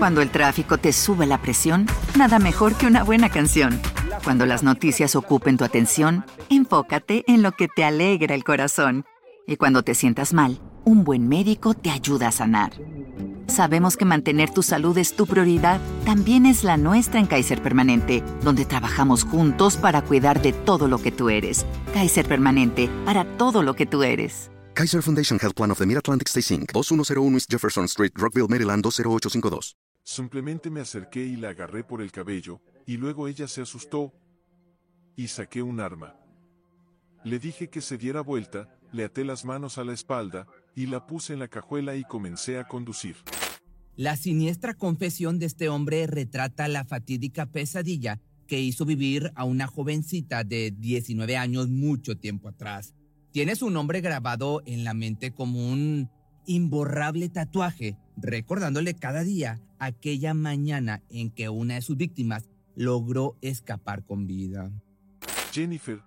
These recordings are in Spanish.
Cuando el tráfico te sube la presión, nada mejor que una buena canción. Cuando las noticias ocupen tu atención, enfócate en lo que te alegra el corazón. Y cuando te sientas mal, un buen médico te ayuda a sanar. Sabemos que mantener tu salud es tu prioridad, también es la nuestra en Kaiser Permanente, donde trabajamos juntos para cuidar de todo lo que tú eres. Kaiser Permanente, para todo lo que tú eres. Kaiser Foundation Health Plan of the Mid-Atlantic Stay Inc. 2101 East Jefferson Street, Rockville, Maryland 20852. Simplemente me acerqué y la agarré por el cabello, y luego ella se asustó y saqué un arma. Le dije que se diera vuelta, le até las manos a la espalda y la puse en la cajuela y comencé a conducir. La siniestra confesión de este hombre retrata la fatídica pesadilla que hizo vivir a una jovencita de 19 años mucho tiempo atrás. Tiene su nombre grabado en la mente como un imborrable tatuaje, recordándole cada día aquella mañana en que una de sus víctimas logró escapar con vida. Jennifer,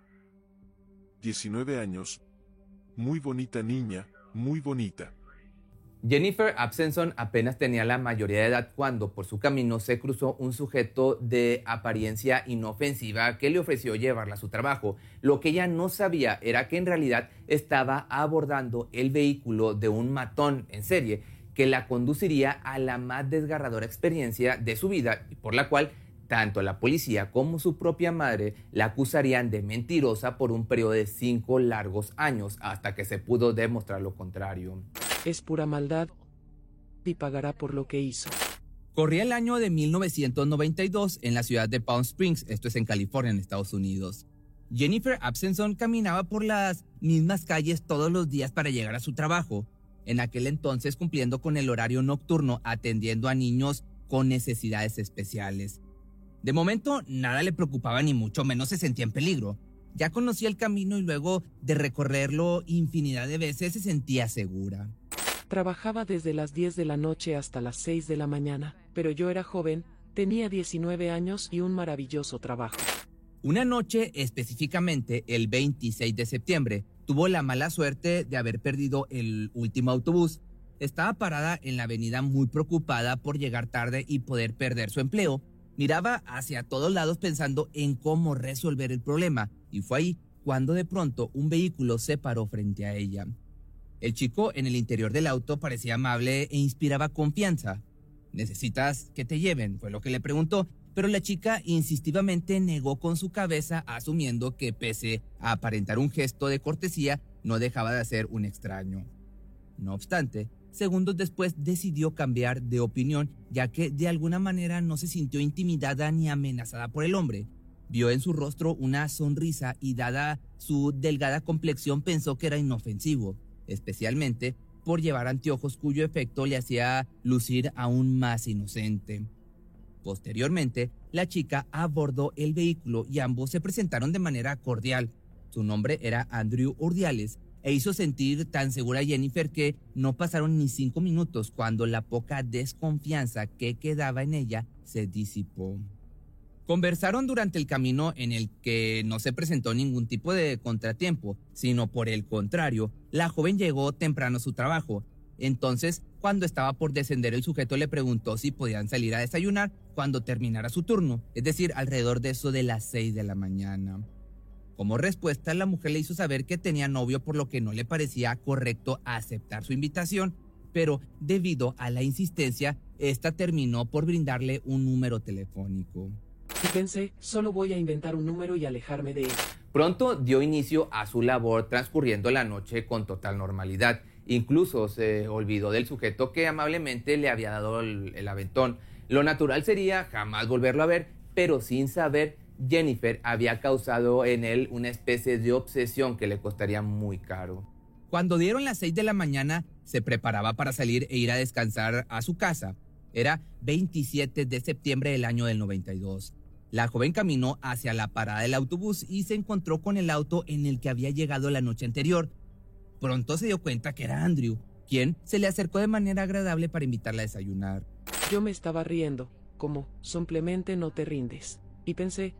19 años, muy bonita niña, muy bonita. Jennifer Absenson apenas tenía la mayoría de edad cuando por su camino se cruzó un sujeto de apariencia inofensiva que le ofreció llevarla a su trabajo. Lo que ella no sabía era que en realidad estaba abordando el vehículo de un matón en serie que la conduciría a la más desgarradora experiencia de su vida y por la cual tanto la policía como su propia madre la acusarían de mentirosa por un periodo de 5 largos años hasta que se pudo demostrar lo contrario. Es pura maldad y pagará por lo que hizo. Corría el año de 1992 en la ciudad de Palm Springs, esto es en California, en Estados Unidos. Jennifer Absenson caminaba por las mismas calles todos los días para llegar a su trabajo, en aquel entonces cumpliendo con el horario nocturno atendiendo a niños con necesidades especiales. De momento nada le preocupaba ni mucho menos se sentía en peligro. Ya conocía el camino y luego de recorrerlo infinidad de veces se sentía segura. Trabajaba desde las 10 de la noche hasta las 6 de la mañana, pero yo era joven, tenía 19 años y un maravilloso trabajo. Una noche, específicamente el 26 de septiembre, tuvo la mala suerte de haber perdido el último autobús. Estaba parada en la avenida muy preocupada por llegar tarde y poder perder su empleo. Miraba hacia todos lados pensando en cómo resolver el problema y fue ahí cuando de pronto un vehículo se paró frente a ella. El chico en el interior del auto parecía amable e inspiraba confianza. ¿Necesitas que te lleven?, fue lo que le preguntó, pero la chica insistivamente negó con su cabeza asumiendo que pese a aparentar un gesto de cortesía no dejaba de ser un extraño. No obstante, segundos después decidió cambiar de opinión, ya que de alguna manera no se sintió intimidada ni amenazada por el hombre. Vio en su rostro una sonrisa y dada su delgada complexión pensó que era inofensivo, especialmente por llevar anteojos cuyo efecto le hacía lucir aún más inocente. Posteriormente, la chica abordó el vehículo y ambos se presentaron de manera cordial. Su nombre era Andrew Urdiales, e hizo sentir tan segura a Jennifer que no pasaron ni 5 minutos cuando la poca desconfianza que quedaba en ella se disipó. Conversaron durante el camino en el que no se presentó ningún tipo de contratiempo, sino por el contrario, la joven llegó temprano a su trabajo. Entonces, cuando estaba por descender, el sujeto le preguntó si podían salir a desayunar cuando terminara su turno, es decir, alrededor de eso de las 6 de la mañana. Como respuesta, la mujer le hizo saber que tenía novio, por lo que no le parecía correcto aceptar su invitación, pero debido a la insistencia, esta terminó por brindarle un número telefónico. Y pensé, solo voy a inventar un número y alejarme de él. Pronto dio inicio a su labor transcurriendo la noche con total normalidad. Incluso se olvidó del sujeto que amablemente le había dado el aventón. Lo natural sería jamás volverlo a ver, pero sin saber, Jennifer había causado en él una especie de obsesión que le costaría muy caro. Cuando dieron las 6 de la mañana, se preparaba para salir e ir a descansar a su casa. Era 27 de septiembre del año del 92. La joven caminó hacia la parada del autobús y se encontró con el auto en el que había llegado la noche anterior. Pronto se dio cuenta que era Andrew, quien se le acercó de manera agradable para invitarla a desayunar. Yo me estaba riendo, como, simplemente no te rindes. Y pensé,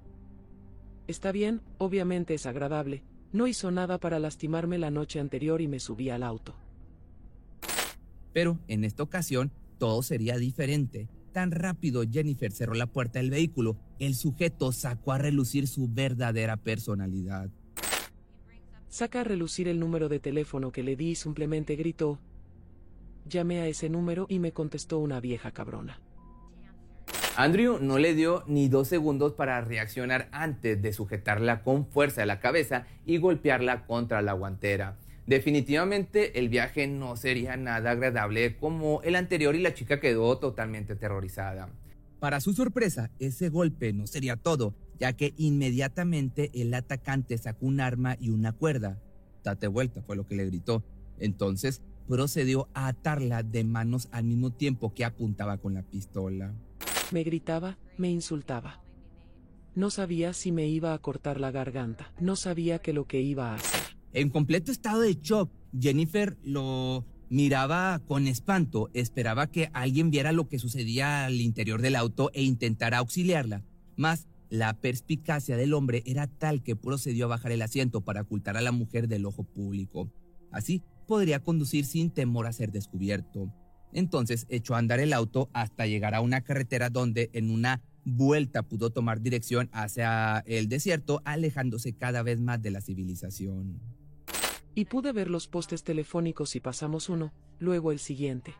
está bien, obviamente es agradable. No hizo nada para lastimarme la noche anterior y me subí al auto. Pero en esta ocasión, todo sería diferente. Tan rápido Jennifer cerró la puerta del vehículo, el sujeto sacó a relucir su verdadera personalidad. Saca a relucir el número de teléfono que le di y simplemente gritó. Llamé a ese número y me contestó una vieja cabrona. Andrew no le dio ni 2 segundos para reaccionar antes de sujetarla con fuerza de la cabeza y golpearla contra la guantera. Definitivamente el viaje no sería nada agradable como el anterior y la chica quedó totalmente aterrorizada. Para su sorpresa, ese golpe no sería todo, ya que inmediatamente el atacante sacó un arma y una cuerda. Date vuelta, fue lo que le gritó. Entonces procedió a atarla de manos al mismo tiempo que apuntaba con la pistola. Me gritaba, me insultaba. No sabía si me iba a cortar la garganta, no sabía qué lo que iba a hacer. En completo estado de shock, Jennifer lo miraba con espanto, esperaba que alguien viera lo que sucedía al interior del auto e intentara auxiliarla. Mas la perspicacia del hombre era tal que procedió a bajar el asiento para ocultar a la mujer del ojo público. Así podría conducir sin temor a ser descubierto. Entonces echó a andar el auto hasta llegar a una carretera donde en una vuelta pudo tomar dirección hacia el desierto, alejándose cada vez más de la civilización. Y pude ver los postes telefónicos y pasamos uno, luego el siguiente.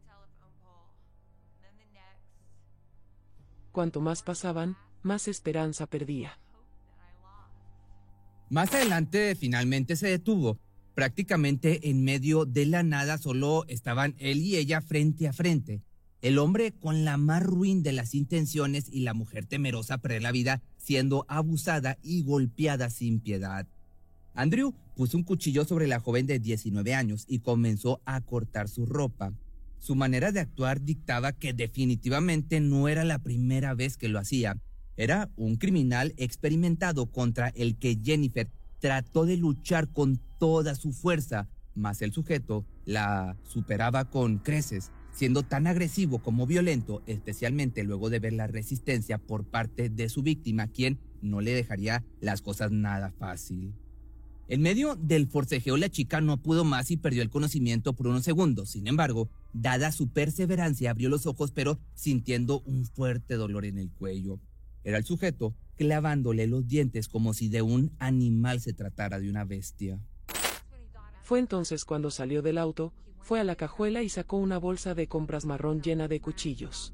Cuanto más pasaban, más esperanza perdía. Más adelante finalmente se detuvo. Prácticamente en medio de la nada solo estaban él y ella frente a frente. El hombre con la más ruin de las intenciones y la mujer temerosa a perder la vida siendo abusada y golpeada sin piedad. Andrew puso un cuchillo sobre la joven de 19 años y comenzó a cortar su ropa. Su manera de actuar dictaba que definitivamente no era la primera vez que lo hacía. Era un criminal experimentado contra el que Jennifer trató de luchar con toda su fuerza, mas el sujeto la superaba con creces, siendo tan agresivo como violento, especialmente luego de ver la resistencia por parte de su víctima, quien no le dejaría las cosas nada fácil. En medio del forcejeo, la chica no pudo más y perdió el conocimiento por unos segundos. Sin embargo, dada su perseverancia, abrió los ojos, pero sintiendo un fuerte dolor en el cuello. Era el sujeto clavándole los dientes como si de un animal se tratara de una bestia. Fue entonces cuando salió del auto, fue a la cajuela y sacó una bolsa de compras marrón llena de cuchillos.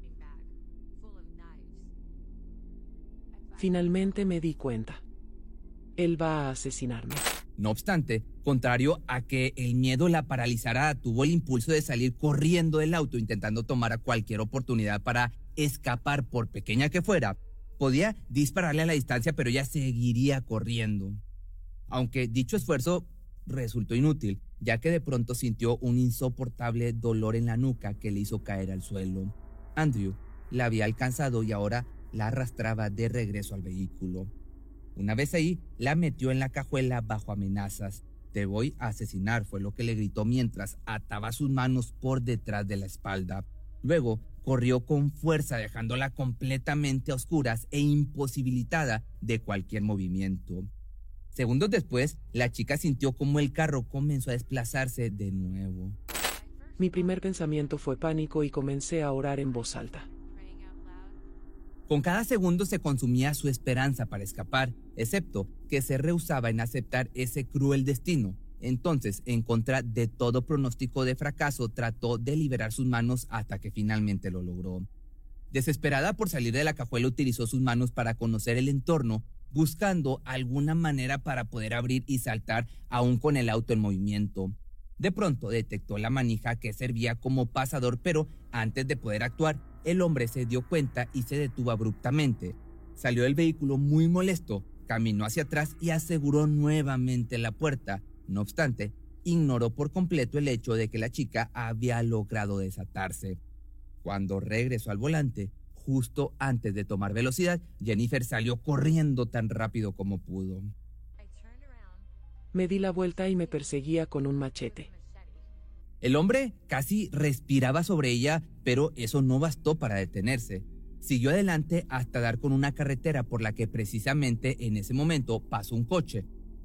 Finalmente me di cuenta. Él va a asesinarme. No obstante, contrario a que el miedo la paralizara, tuvo el impulso de salir corriendo del auto intentando tomar a cualquier oportunidad para escapar, por pequeña que fuera. Podía dispararle a la distancia, pero ella seguiría corriendo. Aunque dicho esfuerzo resultó inútil, ya que de pronto sintió un insoportable dolor en la nuca que le hizo caer al suelo. Andrew la había alcanzado y ahora la arrastraba de regreso al vehículo. Una vez ahí, la metió en la cajuela bajo amenazas. «Te voy a asesinar», fue lo que le gritó mientras ataba sus manos por detrás de la espalda. Luego, corrió con fuerza dejándola completamente a oscuras e imposibilitada de cualquier movimiento. Segundos después, la chica sintió como el carro comenzó a desplazarse de nuevo. Mi primer pensamiento fue pánico y comencé a orar en voz alta. Con cada segundo se consumía su esperanza para escapar, excepto que se rehusaba en aceptar ese cruel destino. Entonces, en contra de todo pronóstico de fracaso, trató de liberar sus manos hasta que finalmente lo logró. Desesperada por salir de la cajuela, utilizó sus manos para conocer el entorno, buscando alguna manera para poder abrir y saltar aún con el auto en movimiento. De pronto detectó la manija que servía como pasador, pero antes de poder actuar, el hombre se dio cuenta y se detuvo abruptamente. Salió del vehículo muy molesto, caminó hacia atrás y aseguró nuevamente la puerta. No obstante, ignoró por completo el hecho de que la chica había logrado desatarse. Cuando regresó al volante, justo antes de tomar velocidad, Jennifer salió corriendo tan rápido como pudo. Me di la vuelta y me perseguía con un machete. El hombre casi respiraba sobre ella, pero eso no bastó para detenerse. Siguió adelante hasta dar con una carretera por la que precisamente en ese momento pasó un coche, pero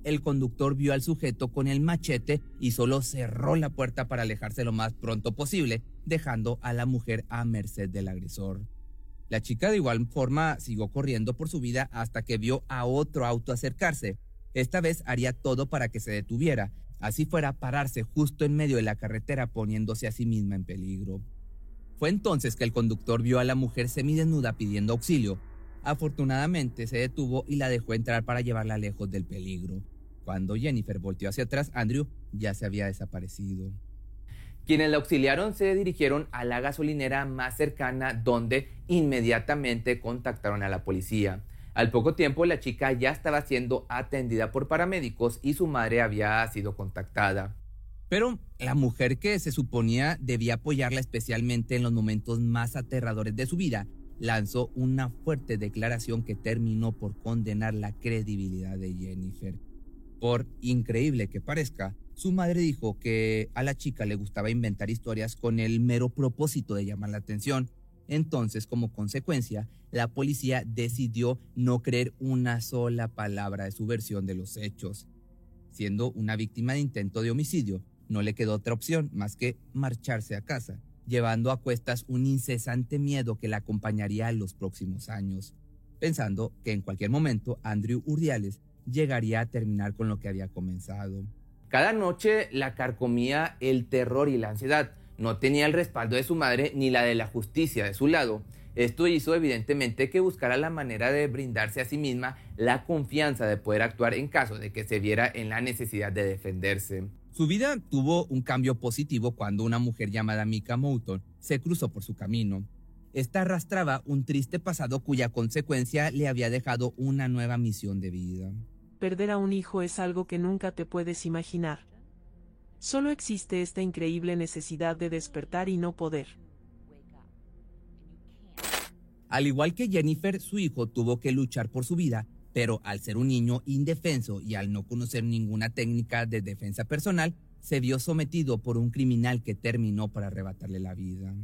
el conductor vio al sujeto con el machete y solo cerró la puerta para alejarse lo más pronto posible, dejando a la mujer a merced del agresor. La chica de igual forma siguió corriendo por su vida hasta que vio a otro auto acercarse. Esta vez haría todo para que se detuviera, así fuera a pararse justo en medio de la carretera poniéndose a sí misma en peligro. Fue entonces que el conductor vio a la mujer semidesnuda pidiendo auxilio. Afortunadamente se detuvo y la dejó entrar para llevarla lejos del peligro. Cuando Jennifer volteó hacia atrás, Andrew ya se había desaparecido. Quienes la auxiliaron se dirigieron a la gasolinera más cercana, donde inmediatamente contactaron a la policía. Al poco tiempo, la chica ya estaba siendo atendida por paramédicos y su madre había sido contactada. Pero la mujer, que se suponía debía apoyarla especialmente en los momentos más aterradores de su vida, lanzó una fuerte declaración que terminó por condenar la credibilidad de Jennifer. Por increíble que parezca, su madre dijo que a la chica le gustaba inventar historias con el mero propósito de llamar la atención. Entonces, como consecuencia, la policía decidió no creer una sola palabra de su versión de los hechos. Siendo una víctima de intento de homicidio, no le quedó otra opción más que marcharse a casa, llevando a cuestas un incesante miedo que la acompañaría en los próximos años, pensando que en cualquier momento Andrew Urdiales llegaría a terminar con lo que había comenzado. Cada noche la carcomía el terror y la ansiedad. No tenía el respaldo de su madre ni la de la justicia de su lado. Esto hizo evidentemente que buscara la manera de brindarse a sí misma la confianza de poder actuar en caso de que se viera en la necesidad de defenderse. Su vida tuvo un cambio positivo cuando una mujer llamada Mika Mouton se cruzó por su camino. Esta arrastraba un triste pasado cuya consecuencia le había dejado una nueva misión de vida. Perder a un hijo es algo que nunca te puedes imaginar. Solo existe esta increíble necesidad de despertar y no poder. Al igual que Jennifer, su hijo tuvo que luchar por su vida, pero al ser un niño indefenso y al no conocer ninguna técnica de defensa personal, se vio sometido por un criminal que terminó por arrebatarle la vida.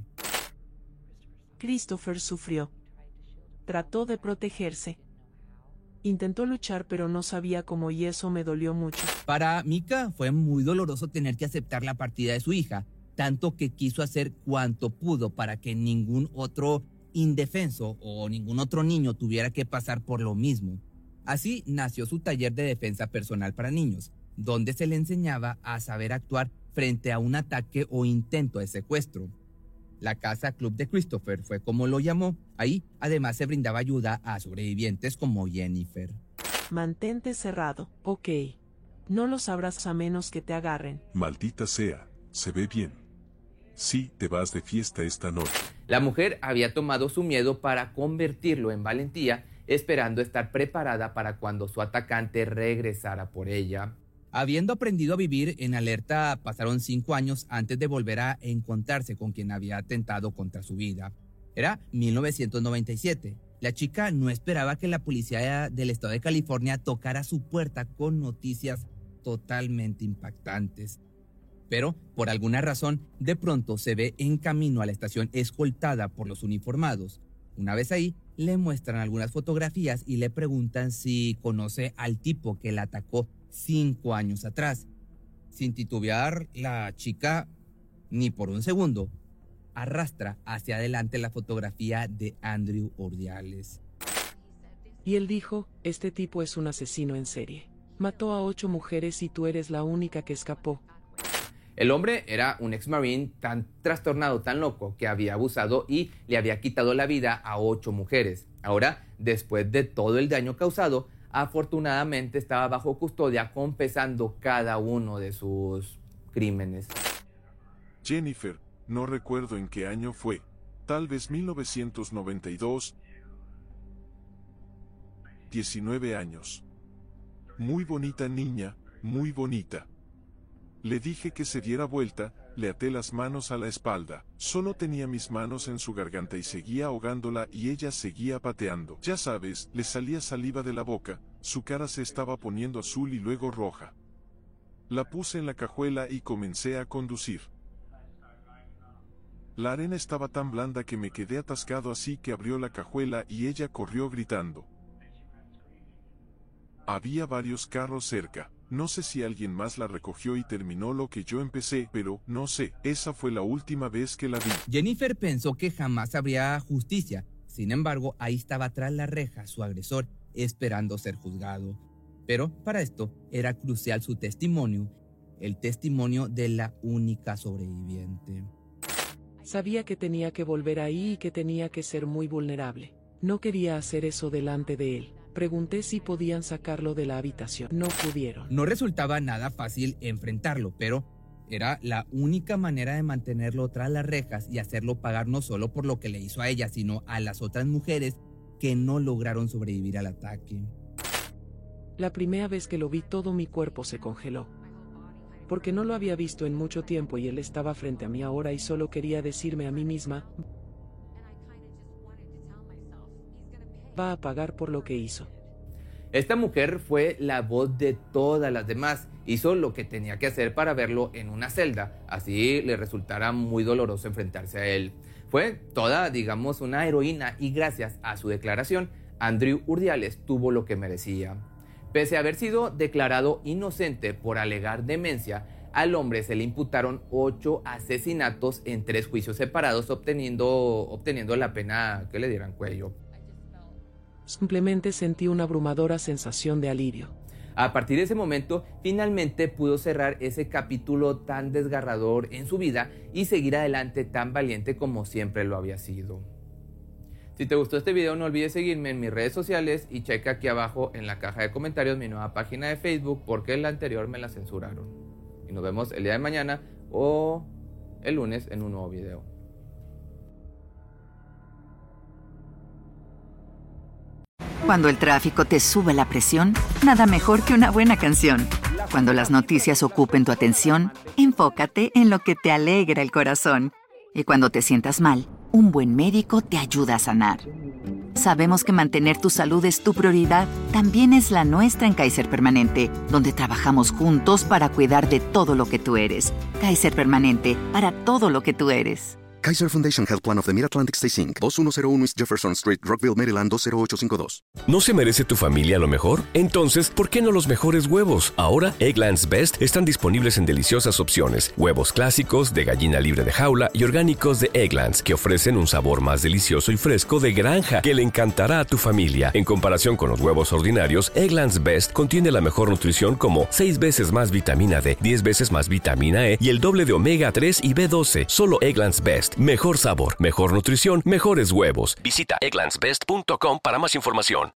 Christopher sufrió. Trató de protegerse. Intentó luchar, pero no sabía cómo, y eso me dolió mucho. Para Mika fue muy doloroso tener que aceptar la partida de su hija, tanto que quiso hacer cuanto pudo para que ningún otro indefenso o ningún otro niño tuviera que pasar por lo mismo. Así nació su taller de defensa personal para niños, donde se le enseñaba a saber actuar frente a un ataque o intento de secuestro. La Casa Club de Christopher fue como lo llamó. Ahí, además, se brindaba ayuda a sobrevivientes como Jennifer. Mantente cerrado, ok. No lo sabrás a menos que te agarren. Maldita sea, se ve bien. Sí, te vas de fiesta esta noche. La mujer había tomado su miedo para convertirlo en valentía, esperando estar preparada para cuando su atacante regresara por ella. Habiendo aprendido a vivir en alerta, pasaron 5 años antes de volver a encontrarse con quien había atentado contra su vida. Era 1997. La chica no esperaba que la policía del estado de California tocara su puerta con noticias totalmente impactantes. Pero, por alguna razón, de pronto se ve en camino a la estación escoltada por los uniformados. Una vez ahí, le muestran algunas fotografías y le preguntan si conoce al tipo que la atacó 5 años atrás. Sin titubear, la chica, ni por un segundo, arrastra hacia adelante la fotografía de Andrew Urdiales. Y él dijo, este tipo es un asesino en serie. Mató a 8 mujeres y tú eres la única que escapó. El hombre era un ex-marine tan trastornado, tan loco, que había abusado y le había quitado la vida a 8 mujeres. Ahora, después de todo el daño causado, afortunadamente estaba bajo custodia confesando cada uno de sus crímenes. Jennifer, no recuerdo en qué año fue. Tal vez 1992. 19 años. Muy bonita niña, muy bonita. Le dije que se diera vuelta, le até las manos a la espalda. Solo tenía mis manos en su garganta y seguía ahogándola y ella seguía pateando. Ya sabes, le salía saliva de la boca, su cara se estaba poniendo azul y luego roja. La puse en la cajuela y comencé a conducir. La arena estaba tan blanda que me quedé atascado, así que abrió la cajuela y ella corrió gritando. Había varios carros cerca. No sé si alguien más la recogió y terminó lo que yo empecé, pero no sé, esa fue la última vez que la vi. Jennifer pensó que jamás habría justicia. Sin embargo, ahí estaba tras la reja su agresor, esperando ser juzgado. Pero para esto era crucial su testimonio, el testimonio de la única sobreviviente. Sabía que tenía que volver ahí y que tenía que ser muy vulnerable. No quería hacer eso delante de él. Pregunté si podían sacarlo de la habitación. No pudieron. No resultaba nada fácil enfrentarlo, pero era la única manera de mantenerlo tras las rejas y hacerlo pagar no solo por lo que le hizo a ella, sino a las otras mujeres que no lograron sobrevivir al ataque. La primera vez que lo vi, todo mi cuerpo se congeló. Porque no lo había visto en mucho tiempo y él estaba frente a mí ahora y solo quería decirme a mí misma: va a pagar por lo que hizo. Esta mujer fue la voz de todas las demás. Hizo lo que tenía que hacer para verlo en una celda, así le resultara muy doloroso enfrentarse a él. Fue toda, digamos, una heroína y gracias a su declaración, Andrew Urdiales tuvo lo que merecía. Pese a haber sido declarado inocente por alegar demencia, al hombre se le imputaron 8 asesinatos en 3 juicios separados, obteniendo la pena que le dieran cuello. Simplemente sentí una abrumadora sensación de alivio. A partir de ese momento, finalmente pudo cerrar ese capítulo tan desgarrador en su vida y seguir adelante tan valiente como siempre lo había sido. Si te gustó este video, no olvides seguirme en mis redes sociales y checa aquí abajo en la caja de comentarios mi nueva página de Facebook porque la anterior me la censuraron. Y nos vemos el día de mañana o el lunes en un nuevo video. Cuando el tráfico te sube la presión, nada mejor que una buena canción. Cuando las noticias ocupen tu atención, enfócate en lo que te alegra el corazón. Y cuando te sientas mal, un buen médico te ayuda a sanar. Sabemos que mantener tu salud es tu prioridad, también es la nuestra en Kaiser Permanente, donde trabajamos juntos para cuidar de todo lo que tú eres. Kaiser Permanente, para todo lo que tú eres. Kaiser Foundation Health Plan of the Mid-Atlantic Stay Inc. 2101 East Jefferson Street, Rockville, Maryland 20852. ¿No se merece tu familia lo mejor? Entonces, ¿por qué no los mejores huevos? Ahora, Eggland's Best están disponibles en deliciosas opciones. Huevos clásicos, de gallina libre de jaula y orgánicos de Eggland's, que ofrecen un sabor más delicioso y fresco de granja que le encantará a tu familia. En comparación con los huevos ordinarios, Eggland's Best contiene la mejor nutrición como 6 veces más vitamina D, 10 veces más vitamina E y el doble de omega 3 y B12. Solo Eggland's Best. Mejor sabor, mejor nutrición, mejores huevos. Visita egglandsbest.com para más información.